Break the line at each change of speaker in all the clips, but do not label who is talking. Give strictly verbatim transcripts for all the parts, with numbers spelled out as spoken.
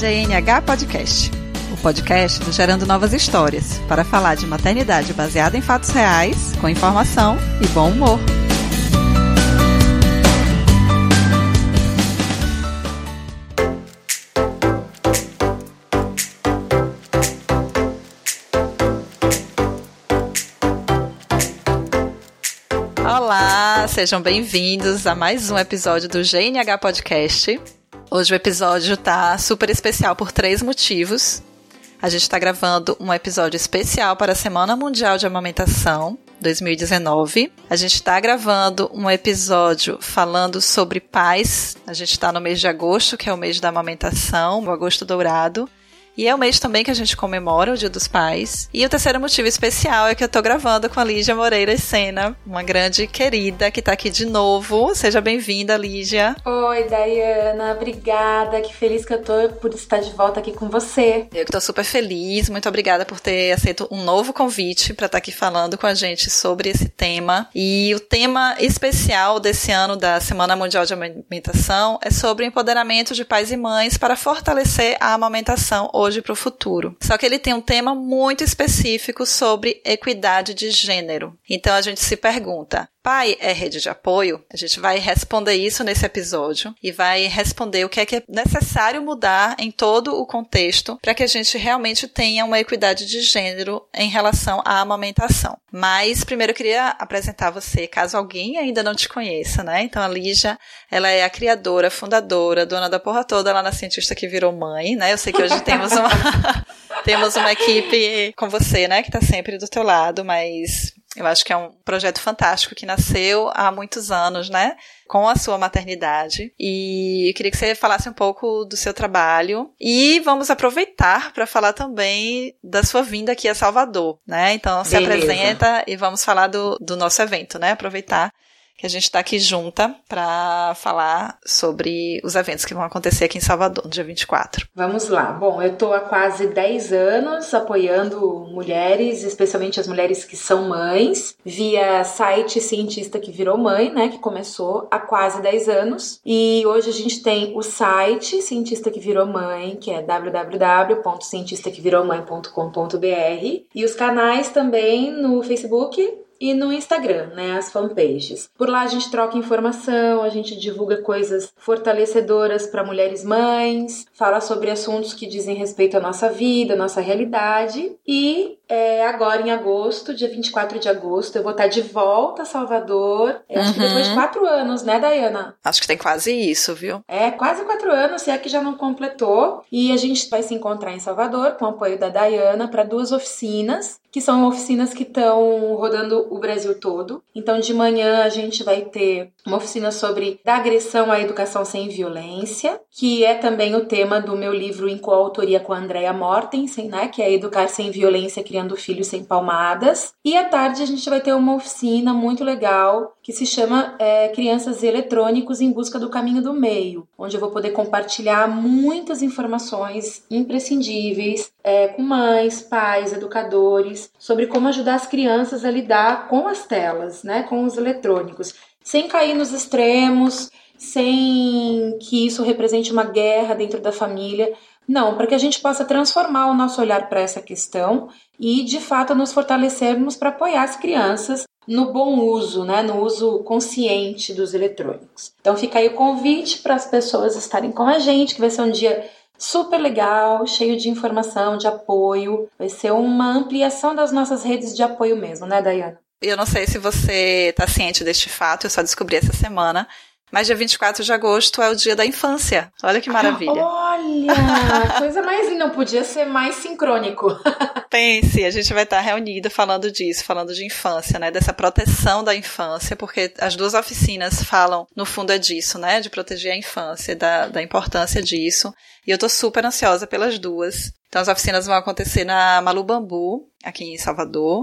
G N H Podcast, o podcast do Gerando Novas Histórias, para falar de maternidade baseada em fatos reais, com informação e bom humor. Olá, sejam bem-vindos a mais um episódio do G N H Podcast. Hoje o episódio tá super especial por três motivos. A gente está gravando um episódio especial para a Semana Mundial de Amamentação dois mil e dezenove. A gente está gravando um episódio falando sobre pais. A gente está no mês de agosto, que é o mês da amamentação, o agosto dourado. E é o mês também que a gente comemora o Dia dos Pais. E o terceiro motivo especial é que eu tô gravando com a Lígia Moreira Sena, uma grande querida que tá aqui de novo. Seja bem-vinda, Lígia.
Oi, Dayana. Obrigada. Que feliz que eu tô por estar de volta aqui com você.
Eu que tô super feliz. Muito obrigada por ter aceito um novo convite para estar aqui falando com a gente sobre esse tema. E o tema especial desse ano da Semana Mundial de Amamentação é sobre o empoderamento de pais e mães para fortalecer a amamentação hoje hoje para o futuro. Só que ele tem um tema muito específico sobre equidade de gênero. Então a gente se pergunta, pai é rede de apoio? A gente vai responder isso nesse episódio e vai responder o que é que é necessário mudar em todo o contexto para que a gente realmente tenha uma equidade de gênero em relação à amamentação. Mas primeiro eu queria apresentar você, caso alguém ainda não te conheça, né? Então a Lígia, ela é a criadora, fundadora, dona da porra toda lá na Cientista que Virou Mãe, né? Eu sei que hoje temos uma, temos uma equipe com você, né? Que tá sempre do teu lado, mas eu acho que é um projeto fantástico que nasceu há muitos anos, né? Com a sua maternidade. E eu queria que você falasse um pouco do seu trabalho. E vamos aproveitar para falar também da sua vinda aqui a Salvador, né? Então, se Beleza. apresenta e vamos falar do, do nosso evento, né? Aproveitar que a gente está aqui junta para falar sobre os eventos que vão acontecer aqui em Salvador, no dia vinte e quatro.
Vamos lá. Bom, eu estou há quase dez anos apoiando mulheres, especialmente as mulheres que são mães, via site Cientista que Virou Mãe, né, que começou há quase dez anos. E hoje a gente tem o site Cientista que Virou Mãe, que é w w w ponto cientista que virou mãe ponto com ponto b r, e os canais também no Facebook e no Instagram, né, as fanpages. Por lá a gente troca informação, a gente divulga coisas fortalecedoras para mulheres mães, fala sobre assuntos que dizem respeito à nossa vida, à nossa realidade. E é, agora em agosto, dia vinte e quatro de agosto, eu vou estar de volta a Salvador. Eu acho uhum. que depois de quatro anos, né, Dayana?
Acho que tem quase isso, viu?
É, quase quatro anos, se é que já não completou. E a gente vai se encontrar em Salvador com o apoio da Dayana para duas oficinas, que são oficinas que estão rodando o Brasil todo. Então, de manhã a gente vai ter uma oficina sobre da agressão à educação sem violência, que é também o tema do meu livro em coautoria com a Andrea Mortensen, né, que é Educar Sem Violência, Criando Filhos Sem Palmadas. E à tarde a gente vai ter uma oficina muito legal que se chama é, Crianças e Eletrônicos em Busca do Caminho do Meio, onde eu vou poder compartilhar muitas informações imprescindíveis é, com mães, pais, educadores, sobre como ajudar as crianças a lidar com as telas, né, com os eletrônicos, sem cair nos extremos, sem que isso represente uma guerra dentro da família. Não, para que a gente possa transformar o nosso olhar para essa questão e, de fato, nos fortalecermos para apoiar as crianças no bom uso, né, no uso consciente dos eletrônicos. Então fica aí o convite para as pessoas estarem com a gente, que vai ser um dia super legal, cheio de informação, de apoio. Vai ser uma ampliação das nossas redes de apoio mesmo, né, Dayana?
Eu não sei se você está ciente deste fato, eu só descobri essa semana, mas dia vinte e quatro de agosto é o dia da infância. Olha que maravilha.
Olha, coisa mais linda, não podia ser mais sincrônico.
Pense, a gente vai estar reunido falando disso, falando de infância, né, dessa proteção da infância, porque as duas oficinas falam, no fundo é disso, né, de proteger a infância, da, da importância disso, e eu tô super ansiosa pelas duas. Então as oficinas vão acontecer na Malu Bambu, aqui em Salvador.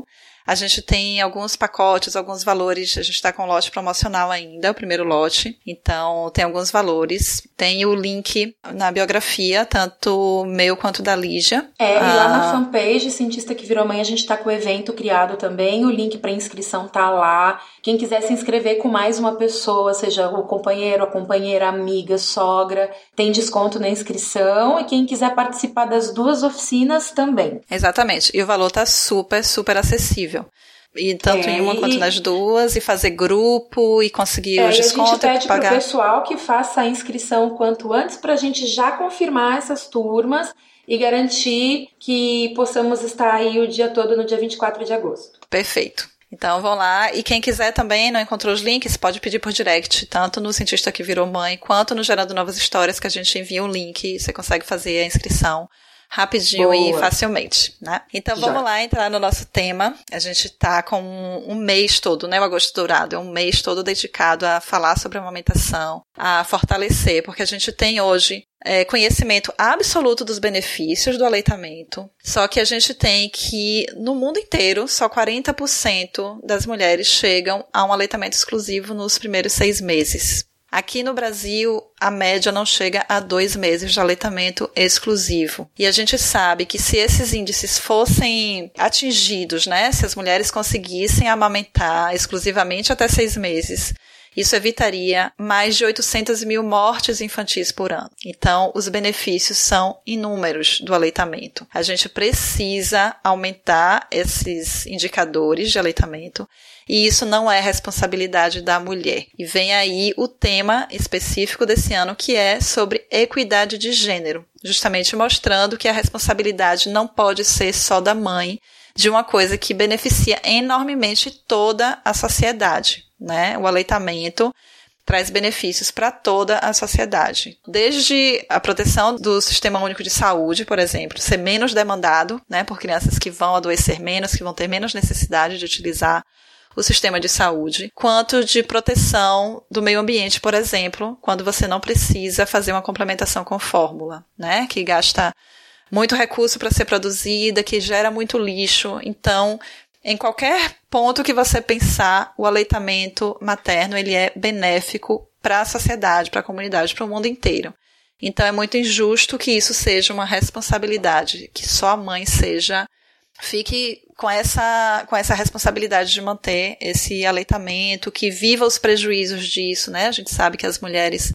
A gente tem alguns pacotes, alguns valores, a gente está com um lote promocional ainda, o primeiro lote, então tem alguns valores. Tem o link na biografia, tanto meu quanto da Lígia.
É,
ah,
e lá na fanpage Cientista que Virou Mãe, a gente está com o evento criado também, o link para inscrição tá lá. Quem quiser se inscrever com mais uma pessoa, seja o companheiro, a companheira, amiga, sogra, tem desconto na inscrição, e quem quiser participar das duas oficinas também.
Exatamente, e o valor tá super, super acessível. E tanto é, em uma quanto nas duas, e fazer grupo, e conseguir
é,
os descontos.
A gente pede
pagar.
pro pessoal que faça a inscrição quanto antes, pra gente já confirmar essas turmas e garantir que possamos estar aí o dia todo no dia vinte e quatro de agosto.
Perfeito. Então vão lá, e quem quiser também, não encontrou os links, pode pedir por direct, tanto no Cientista que Virou Mãe, quanto no Gerando Novas Histórias, que a gente envia um link e você consegue fazer a inscrição rapidinho Boa. E facilmente, né? Então vamos Já. lá entrar no nosso tema. A gente tá com um, um mês todo, né? O Agosto Dourado é um mês todo dedicado a falar sobre a amamentação, a fortalecer, porque a gente tem hoje é, conhecimento absoluto dos benefícios do aleitamento, só que a gente tem que, no mundo inteiro, só quarenta por cento das mulheres chegam a um aleitamento exclusivo nos primeiros seis meses. Aqui no Brasil, a média não chega a dois meses de aleitamento exclusivo. E a gente sabe que se esses índices fossem atingidos, né, se as mulheres conseguissem amamentar exclusivamente até seis meses, isso evitaria mais de oitocentas mil mortes infantis por ano. Então, os benefícios são inúmeros do aleitamento. A gente precisa aumentar esses indicadores de aleitamento, e isso não é responsabilidade da mulher. E vem aí o tema específico desse ano, que é sobre equidade de gênero, justamente mostrando que a responsabilidade não pode ser só da mãe, de uma coisa que beneficia enormemente toda a sociedade, né? O aleitamento traz benefícios para toda a sociedade. Desde a proteção do Sistema Único de Saúde, por exemplo, ser menos demandado, né, por crianças que vão adoecer menos, que vão ter menos necessidade de utilizar o sistema de saúde, quanto de proteção do meio ambiente, por exemplo, quando você não precisa fazer uma complementação com fórmula, né, que gasta muito recurso para ser produzida, que gera muito lixo. Então, em qualquer ponto que você pensar, o aleitamento materno ele é benéfico para a sociedade, para a comunidade, para o mundo inteiro. Então, é muito injusto que isso seja uma responsabilidade, que só a mãe seja, fique com essa, com essa responsabilidade de manter esse aleitamento, que viva os prejuízos disso, né? A gente sabe que as mulheres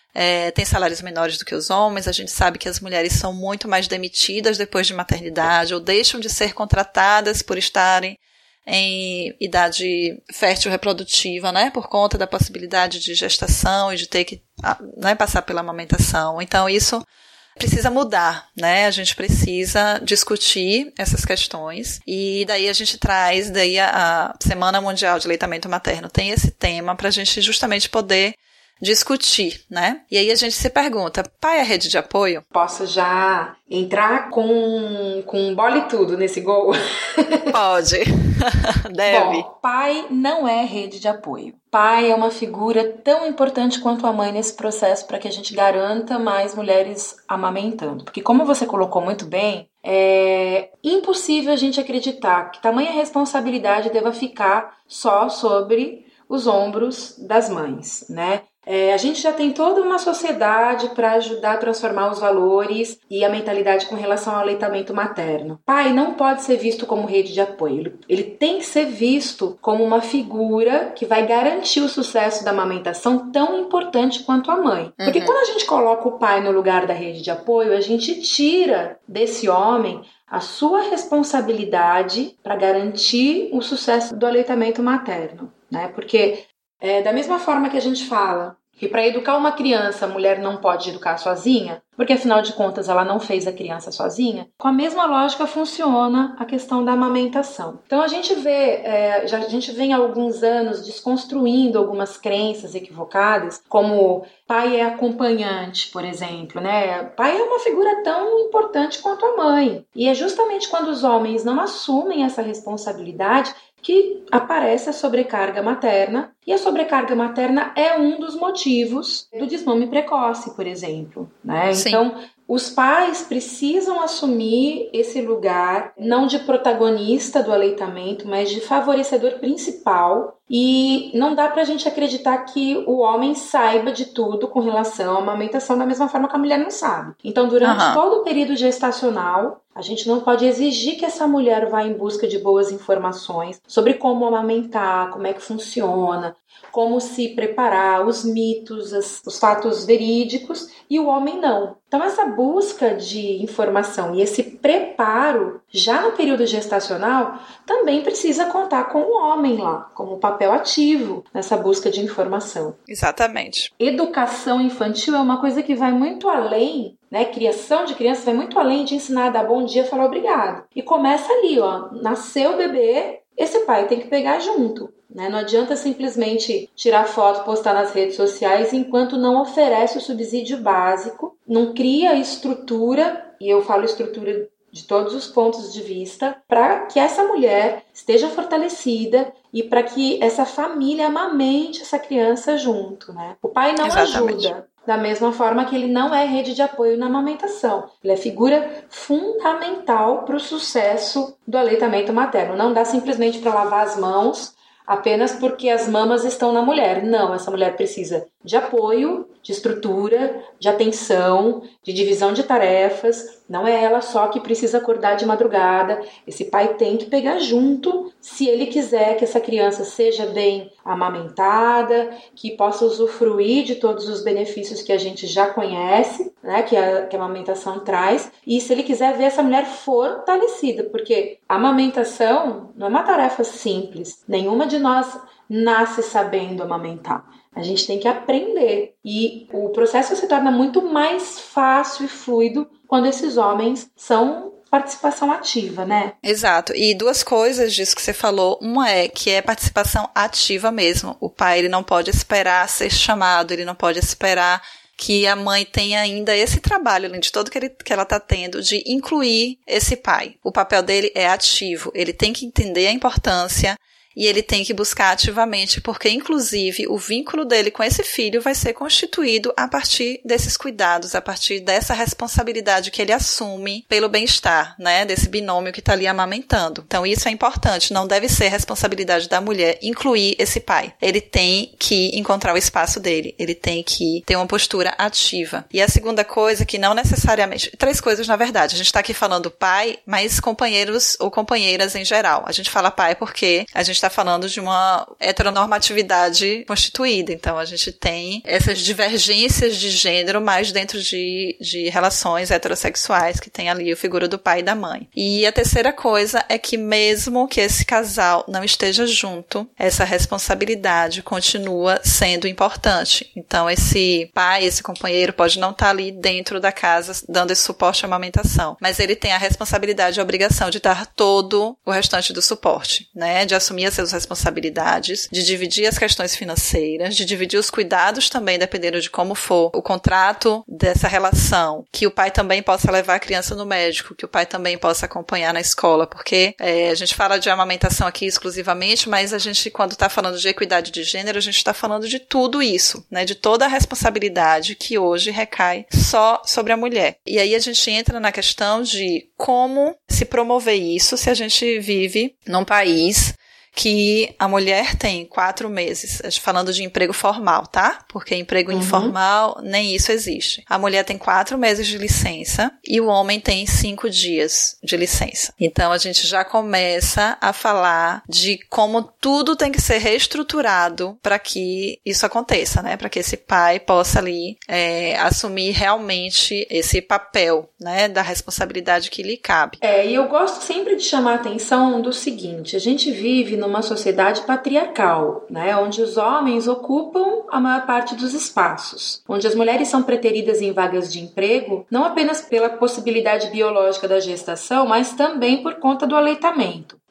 É, tem salários menores do que os homens, a gente sabe que as mulheres são muito mais demitidas depois de maternidade ou deixam de ser contratadas por estarem em idade fértil reprodutiva, né, por conta da possibilidade de gestação e de ter que, né, passar pela amamentação. Então isso precisa mudar, né, a gente precisa discutir essas questões, e daí a gente traz, daí a, a Semana Mundial de Aleitamento Materno tem esse tema para a gente justamente poder discutir, né? E aí a gente se pergunta, pai é rede de apoio?
Posso já entrar com, com bola e tudo nesse gol?
Pode. Deve.
Bom, pai não é rede de apoio. Pai é uma figura tão importante quanto a mãe nesse processo para que a gente garanta mais mulheres amamentando. Porque como você colocou muito bem, é impossível a gente acreditar que tamanha responsabilidade deva ficar só sobre os ombros das mães, né? É, a gente já tem toda uma sociedade para ajudar a transformar os valores e a mentalidade com relação ao aleitamento materno. Pai não pode ser visto como rede de apoio, ele, ele tem que ser visto como uma figura que vai garantir o sucesso da amamentação tão importante quanto a mãe. Porque uhum. quando a gente coloca o pai no lugar da rede de apoio, a gente tira desse homem a sua responsabilidade para garantir o sucesso do aleitamento materno, né? Porque é, da mesma forma que a gente fala que para educar uma criança a mulher não pode educar sozinha, porque afinal de contas ela não fez a criança sozinha, com a mesma lógica funciona a questão da amamentação. Então a gente vê, é, já, a gente vem há alguns anos desconstruindo algumas crenças equivocadas, como pai é acompanhante, por exemplo, né? Pai é uma figura tão importante quanto a mãe. E é justamente quando os homens não assumem essa responsabilidade que aparece a sobrecarga materna, e a sobrecarga materna é um dos motivos do desmame precoce, por exemplo, né?
Sim.
Então, os pais precisam assumir esse lugar, não de protagonista do aleitamento, mas de favorecedor principal. E não dá pra gente acreditar que o homem saiba de tudo com relação à amamentação da mesma forma que a mulher não sabe. Então, durante uhum. todo o período gestacional, a gente não pode exigir que essa mulher vá em busca de boas informações sobre como amamentar, como é que funciona, como se preparar, os mitos, as, os fatos verídicos, e o homem não. Então, essa busca de informação e esse preparo, já no período gestacional, também precisa contar com o homem lá, como papel ativo nessa busca de informação.
Exatamente.
Educação infantil é uma coisa que vai muito além, né? Criação de criança vai muito além de ensinar a dar bom dia e falar obrigado. E começa ali, ó, nasceu o bebê, esse pai tem que pegar junto. Né? Não adianta simplesmente tirar foto, postar nas redes sociais enquanto não oferece o subsídio básico, não cria estrutura, e eu falo estrutura de todos os pontos de vista, para que essa mulher esteja fortalecida e para que essa família amamente essa criança junto. Né? O pai não Exatamente. Ajuda. Da mesma forma que ele não é rede de apoio na amamentação. Ele é figura fundamental para o sucesso do aleitamento materno. Não dá simplesmente para lavar as mãos apenas porque as mamas estão na mulher. Não, essa mulher precisa de apoio, de estrutura, de atenção, de divisão de tarefas. Não é ela só que precisa acordar de madrugada. Esse pai tem que pegar junto se ele quiser que essa criança seja bem amamentada, que possa usufruir de todos os benefícios que a gente já conhece, né, que, a, que a amamentação traz, e se ele quiser ver essa mulher fortalecida, porque a amamentação não é uma tarefa simples. Nenhuma de nós nasce sabendo amamentar. A gente tem que aprender. E o processo se torna muito mais fácil e fluido quando esses homens são participação ativa, né?
Exato. E duas coisas disso que você falou. Uma é que é participação ativa mesmo. O pai, ele não pode esperar ser chamado, ele não pode esperar que a mãe tenha ainda esse trabalho, além de todo que, ele, que ela está tendo, de incluir esse pai. O papel dele é ativo. Ele tem que entender a importância e ele tem que buscar ativamente, porque, inclusive, o vínculo dele com esse filho vai ser constituído a partir desses cuidados, a partir dessa responsabilidade que ele assume pelo bem-estar, né, desse binômio que está ali amamentando. Então, isso é importante. Não deve ser responsabilidade da mulher incluir esse pai. Ele tem que encontrar o espaço dele. Ele tem que ter uma postura ativa. E a segunda coisa, que não necessariamente... Três coisas, na verdade. A gente está aqui falando pai, mas companheiros ou companheiras em geral. A gente fala pai porque a gente está falando de uma heteronormatividade constituída. Então, a gente tem essas divergências de gênero mais dentro de, de relações heterossexuais, que tem ali a figura do pai e da mãe. E a terceira coisa é que mesmo que esse casal não esteja junto, essa responsabilidade continua sendo importante. Então, esse pai, esse companheiro pode não estar ali dentro da casa dando esse suporte à amamentação, mas ele tem a responsabilidade e a obrigação de dar todo o restante do suporte, né? De assumir as suas responsabilidades, de dividir as questões financeiras, de dividir os cuidados também, dependendo de como for o contrato dessa relação, que o pai também possa levar a criança no médico, que o pai também possa acompanhar na escola, porque é, a gente fala de amamentação aqui exclusivamente, mas a gente, quando está falando de equidade de gênero, a gente está falando de tudo isso, né, de toda a responsabilidade que hoje recai só sobre a mulher. E aí a gente entra na questão de como se promover isso se a gente vive num país que a mulher tem quatro meses, falando de emprego formal, tá? Porque emprego uhum. informal, nem isso existe. A mulher tem quatro meses de licença e o homem tem cinco dias de licença. Então, a gente já começa a falar de como tudo tem que ser reestruturado para que isso aconteça, né? Para que esse pai possa ali é, assumir realmente esse papel, né? Da responsabilidade que lhe cabe.
É, e eu gosto sempre de chamar a atenção do seguinte, a gente vive no uma sociedade patriarcal, né, onde os homens ocupam a maior parte dos espaços, onde as mulheres são preteridas em vagas de emprego, não apenas pela possibilidade biológica da gestação, mas também por conta do aleitamento.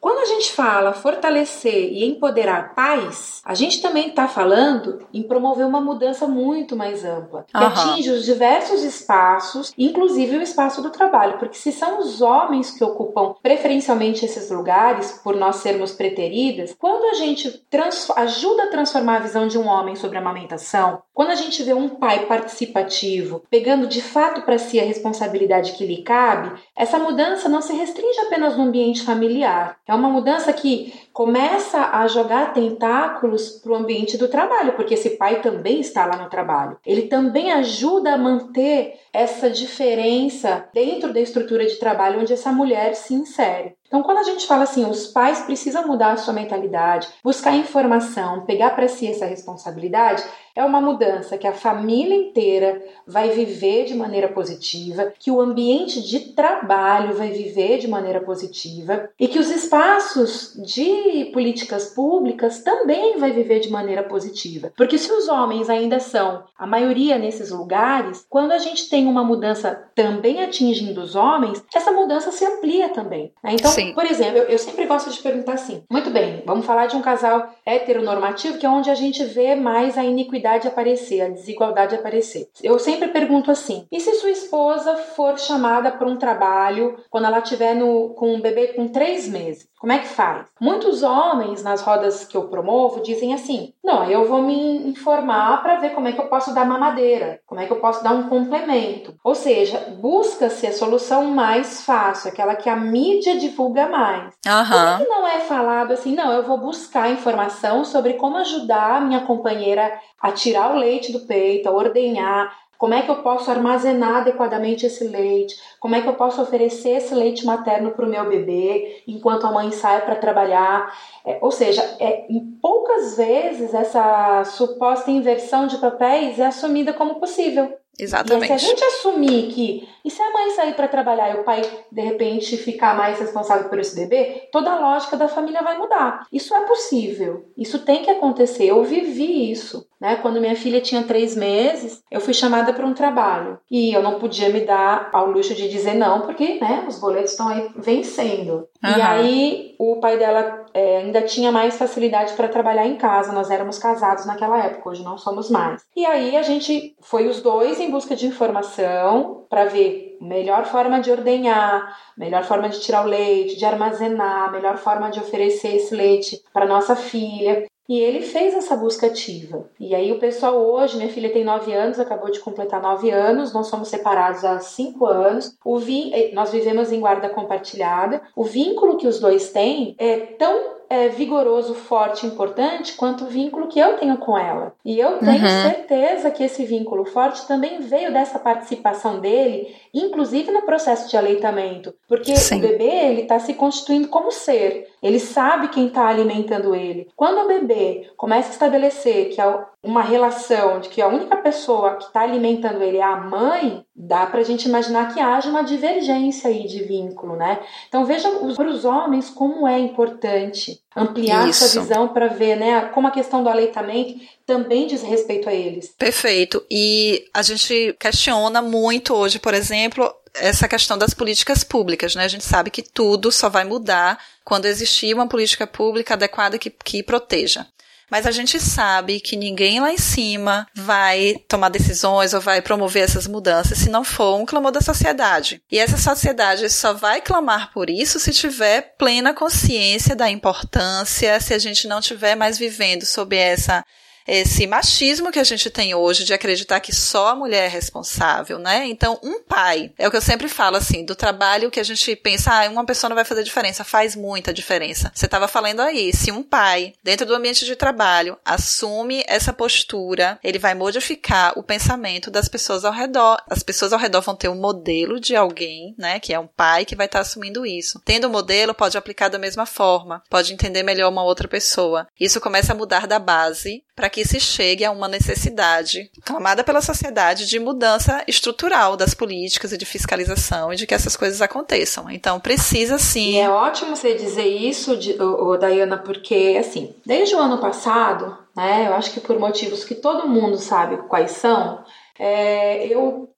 Quando a gente fala fortalecer e empoderar pais, a gente também está falando em promover uma mudança muito mais ampla, que uhum. atinge os diversos espaços, inclusive o espaço do trabalho, porque se são os homens que ocupam preferencialmente esses lugares, por nós sermos preteridas, quando a gente trans- ajuda a transformar a visão de um homem sobre a amamentação, quando a gente vê um pai participativo, pegando de fato para si a responsabilidade que lhe cabe, essa mudança não se restringe apenas no ambiente familiar. É uma mudança que começa a jogar tentáculos para o ambiente do trabalho, porque esse pai também está lá no trabalho. Ele também ajuda a manter essa diferença dentro da estrutura de trabalho onde essa mulher se insere. Então, quando a gente fala assim, os pais precisam mudar a sua mentalidade, buscar informação, pegar para si essa responsabilidade, é uma mudança que a família inteira vai viver de maneira positiva, que o ambiente de trabalho vai viver de maneira positiva e que os espaços de políticas públicas também vai viver de maneira positiva. Porque se os homens ainda são a maioria nesses lugares, quando a gente tem uma mudança também atingindo os homens, essa mudança se amplia também. Então, Sim. por exemplo, eu, eu sempre gosto de perguntar assim, muito bem, vamos falar de um casal heteronormativo, que é onde a gente vê mais a iniquidade aparecer, a desigualdade aparecer. Eu sempre pergunto assim, e se sua esposa for chamada para um trabalho quando ela estiver com um bebê com três meses? Como é que faz? Muitos homens, nas rodas que eu promovo, dizem assim, não, eu vou me informar para ver como é que eu posso dar mamadeira, como é que eu posso dar um complemento. Ou seja, busca-se a solução mais fácil, aquela que a mídia divulga mais.
Uhum.
Por que não é falado assim, não, eu vou buscar informação sobre como ajudar a minha companheira a tirar o leite do peito, a ordenhar, como é que eu posso armazenar adequadamente esse leite, como é que eu posso oferecer esse leite materno para o meu bebê enquanto a mãe sai para trabalhar. É, ou seja, é, em poucas vezes essa suposta inversão de papéis é assumida como possível.
Exatamente.
E se a gente assumir que, e se a mãe sair para trabalhar e o pai, de repente, ficar mais responsável por esse bebê, toda a lógica da família vai mudar. Isso é possível, isso tem que acontecer, eu vivi isso. Né? Quando minha filha tinha três meses, eu fui chamada para um trabalho e eu não podia me dar ao luxo de dizer não, porque né, os boletos estão aí vencendo. Uhum. E aí o pai dela é, ainda tinha mais facilidade para trabalhar em casa, nós éramos casados naquela época, hoje não somos mais. E aí a gente foi os dois em busca de informação para ver melhor forma de ordenhar, melhor forma de tirar o leite, de armazenar, melhor forma de oferecer esse leite para nossa filha. E ele fez essa busca ativa. E aí o pessoal hoje, minha filha tem nove anos, acabou de completar nove anos, nós somos separados há cinco anos. O vin... Nós vivemos em guarda compartilhada. O vínculo que os dois têm é tão é, vigoroso, forte e importante quanto o vínculo que eu tenho com ela. E eu tenho uhum. certeza que esse vínculo forte também veio dessa participação dele, inclusive no processo de aleitamento. Porque Sim. o bebê ele está se constituindo como ser. Ele sabe quem está alimentando ele. Quando o bebê começa a estabelecer que há uma relação de que a única pessoa que está alimentando ele é a mãe, dá pra gente imaginar que haja uma divergência aí de vínculo, né? Então veja para os homens como é importante ampliar Isso. essa visão para ver, né, como a questão do aleitamento também diz respeito a eles.
Perfeito. E a gente questiona muito hoje, por exemplo, essa questão das políticas públicas, né? A gente sabe que tudo só vai mudar quando existir uma política pública adequada que, que proteja. Mas a gente sabe que ninguém lá em cima vai tomar decisões ou vai promover essas mudanças se não for um clamor da sociedade. E essa sociedade só vai clamar por isso se tiver plena consciência da importância, se a gente não estiver mais vivendo sob essa esse machismo que a gente tem hoje de acreditar que só a mulher é responsável, né? Então, um pai, é o que eu sempre falo, assim, do trabalho que a gente pensa, ah, uma pessoa não vai fazer diferença, faz muita diferença. Você estava falando aí, se um pai, dentro do ambiente de trabalho, assume essa postura, ele vai modificar o pensamento das pessoas ao redor. As pessoas ao redor vão ter um modelo de alguém, né, que é um pai que vai estar assumindo isso. Tendo o modelo, pode aplicar da mesma forma, pode entender melhor uma outra pessoa. Isso começa a mudar da base para que se chegue a uma necessidade clamada pela sociedade de mudança estrutural das políticas e de fiscalização e de que essas coisas aconteçam. Então, precisa sim...
E é ótimo você dizer isso, de, ô, ô, Dayana, porque, assim, desde o ano passado, né, eu acho que por motivos que todo mundo sabe quais são, é, eu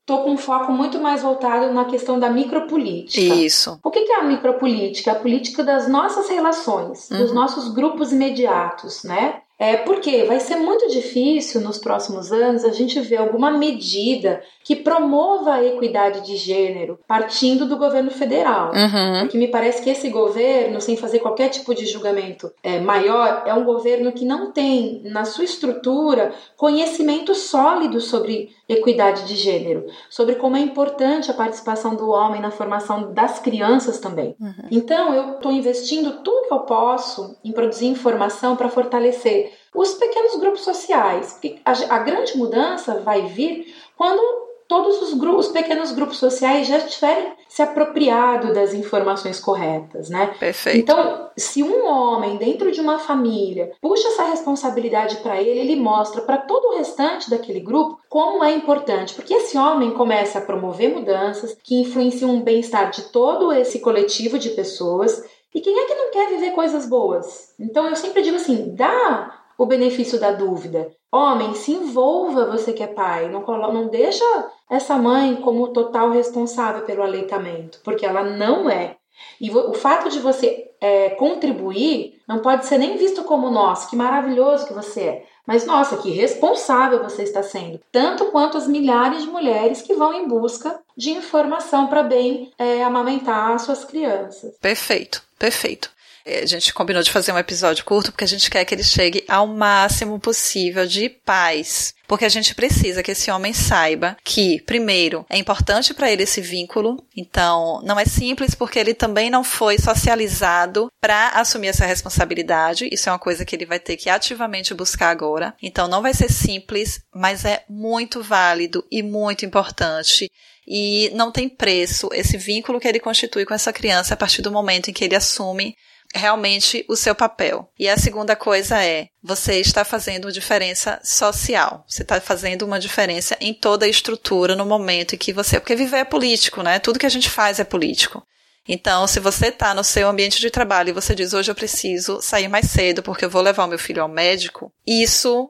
tô com um foco muito mais voltado na questão da micropolítica.
Isso.
O que é a micropolítica? A política das nossas relações, uhum. dos nossos grupos imediatos, né? É porque vai ser muito difícil nos próximos anos a gente ver alguma medida que promova a equidade de gênero partindo do governo federal.
Uhum.
Porque me parece que esse governo, sem fazer qualquer tipo de julgamento é, maior, é um governo que não tem na sua estrutura conhecimento sólido sobre equidade de gênero, sobre como é importante a participação do homem na formação das crianças também. Uhum. Então eu estou investindo tudo que eu posso em produzir informação para fortalecer os pequenos grupos sociais, porque a, a grande mudança vai vir quando todos os, grupos, os pequenos grupos sociais já tiverem se apropriado das informações corretas, né?
Perfeito.
Então, se um homem dentro de uma família puxa essa responsabilidade para ele, ele mostra para todo o restante daquele grupo como é importante, porque esse homem começa a promover mudanças que influenciam o bem-estar de todo esse coletivo de pessoas. E quem é que não quer viver coisas boas? Então, eu sempre digo assim, dá o benefício da dúvida. Homem, se envolva, você que é pai. Não, não deixa essa mãe como total responsável pelo aleitamento, porque ela não é. E o fato de você é, contribuir não pode ser nem visto como, nossa, que maravilhoso que você é. Mas, nossa, que responsável você está sendo. Tanto quanto as milhares de mulheres que vão em busca de informação para bem é, amamentar suas crianças.
Perfeito, perfeito. A gente combinou de fazer um episódio curto porque a gente quer que ele chegue ao máximo possível de pais. Porque a gente precisa que esse homem saiba que, primeiro, é importante para ele esse vínculo. Então, não é simples porque ele também não foi socializado para assumir essa responsabilidade. Isso é uma coisa que ele vai ter que ativamente buscar agora. Então, não vai ser simples, mas é muito válido e muito importante. E não tem preço esse vínculo que ele constitui com essa criança a partir do momento em que ele assume realmente o seu papel. E a segunda coisa é, você está fazendo diferença social. Você está fazendo uma diferença em toda a estrutura no momento em que você... Porque viver é político, né? Tudo que a gente faz é político. Então, se você está no seu ambiente de trabalho e você diz, hoje eu preciso sair mais cedo porque eu vou levar o meu filho ao médico, isso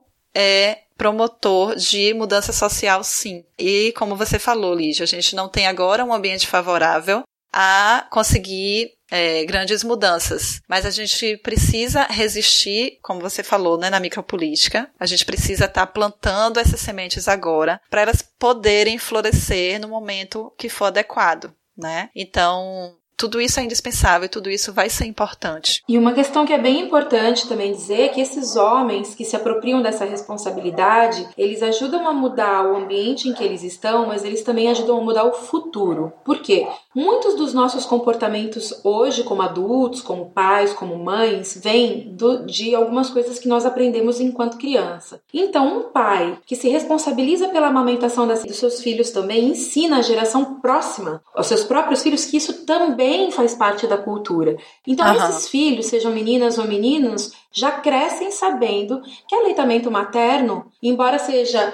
é promotor de mudança social, sim. E como você falou, Lígia, a gente não tem agora um ambiente favorável a conseguir é, grandes mudanças. Mas a gente precisa resistir, como você falou, né, na micropolítica. A gente precisa estar tá plantando essas sementes agora para elas poderem florescer no momento que for adequado, né? Então, tudo isso é indispensável e tudo isso vai ser importante.
E uma questão que é bem importante também dizer é que esses homens que se apropriam dessa responsabilidade, eles ajudam a mudar o ambiente em que eles estão, mas eles também ajudam a mudar o futuro. Por quê? Muitos dos nossos comportamentos hoje, como adultos, como pais, como mães, vêm do, de algumas coisas que nós aprendemos enquanto criança. Então, um pai que se responsabiliza pela amamentação das, dos seus filhos também ensina a geração próxima, aos seus próprios filhos, que isso também faz parte da cultura. Então, uhum. esses filhos, sejam meninas ou meninos, já crescem sabendo que aleitamento materno, embora seja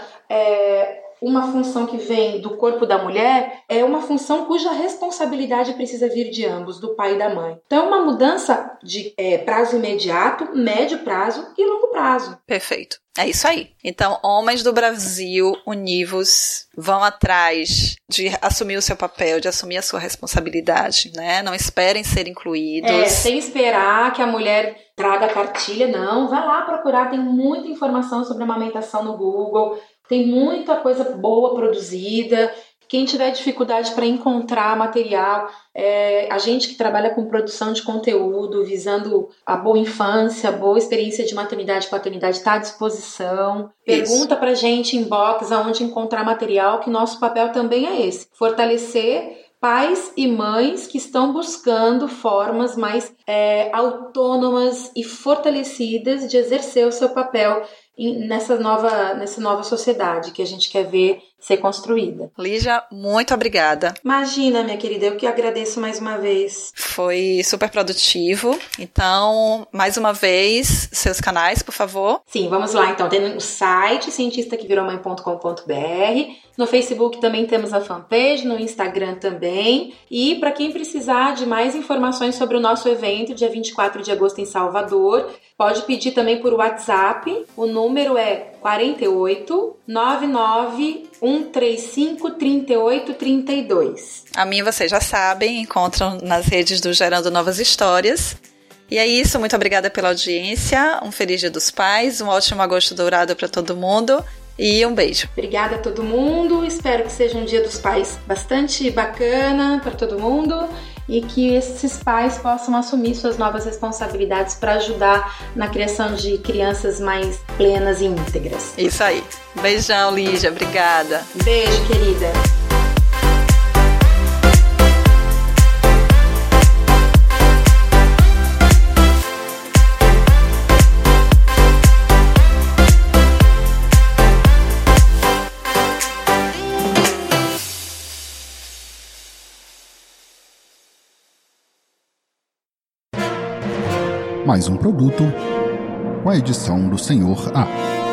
é, uma função que vem do corpo da mulher, é uma função cuja responsabilidade precisa vir de ambos, do pai e da mãe. Então, é uma mudança de é, prazo imediato, médio prazo e longo prazo.
Perfeito. É isso aí. Então, homens do Brasil, univos, vão atrás de assumir o seu papel, de assumir a sua responsabilidade, né? Não esperem ser incluídos.
É, sem esperar que a mulher traga a cartilha, não. Vai lá procurar, tem muita informação sobre amamentação no Google, tem muita coisa boa produzida. Quem tiver dificuldade para encontrar material, é, a gente que trabalha com produção de conteúdo, visando a boa infância, a boa experiência de maternidade e paternidade, está à disposição. Isso. Pergunta para a gente em inbox aonde encontrar material, que nosso papel também é esse. Fortalecer pais e mães que estão buscando formas mais é, autônomas e fortalecidas de exercer o seu papel nessa nova, nessa nova sociedade que a gente quer ver ser construída.
Lígia, muito obrigada.
Imagina, minha querida, eu que agradeço mais uma vez.
Foi super produtivo. Então, mais uma vez, seus canais, por favor.
Sim, vamos lá. Então, tem o site cientista que virou mãe ponto com ponto b r. No Facebook também temos a fanpage, no Instagram também. E para quem precisar de mais informações sobre o nosso evento, dia vinte e quatro de agosto em Salvador, pode pedir também por WhatsApp. O número é quarenta e oito, nove nove um três cinco, trinta e oito, trinta e dois.
A minha, vocês já sabem, encontram nas redes do Gerando Novas Histórias. E é isso, muito obrigada pela audiência, um feliz Dia dos Pais, um ótimo agosto dourado para todo mundo e um beijo.
Obrigada a todo mundo, espero que seja um Dia dos Pais bastante bacana para todo mundo e que esses pais possam assumir suas novas responsabilidades para ajudar na criação de crianças mais plenas e íntegras.
Isso aí. Beijão, Lígia, obrigada.
Beijo, querida.
Mais um produto com a edição do senhor A.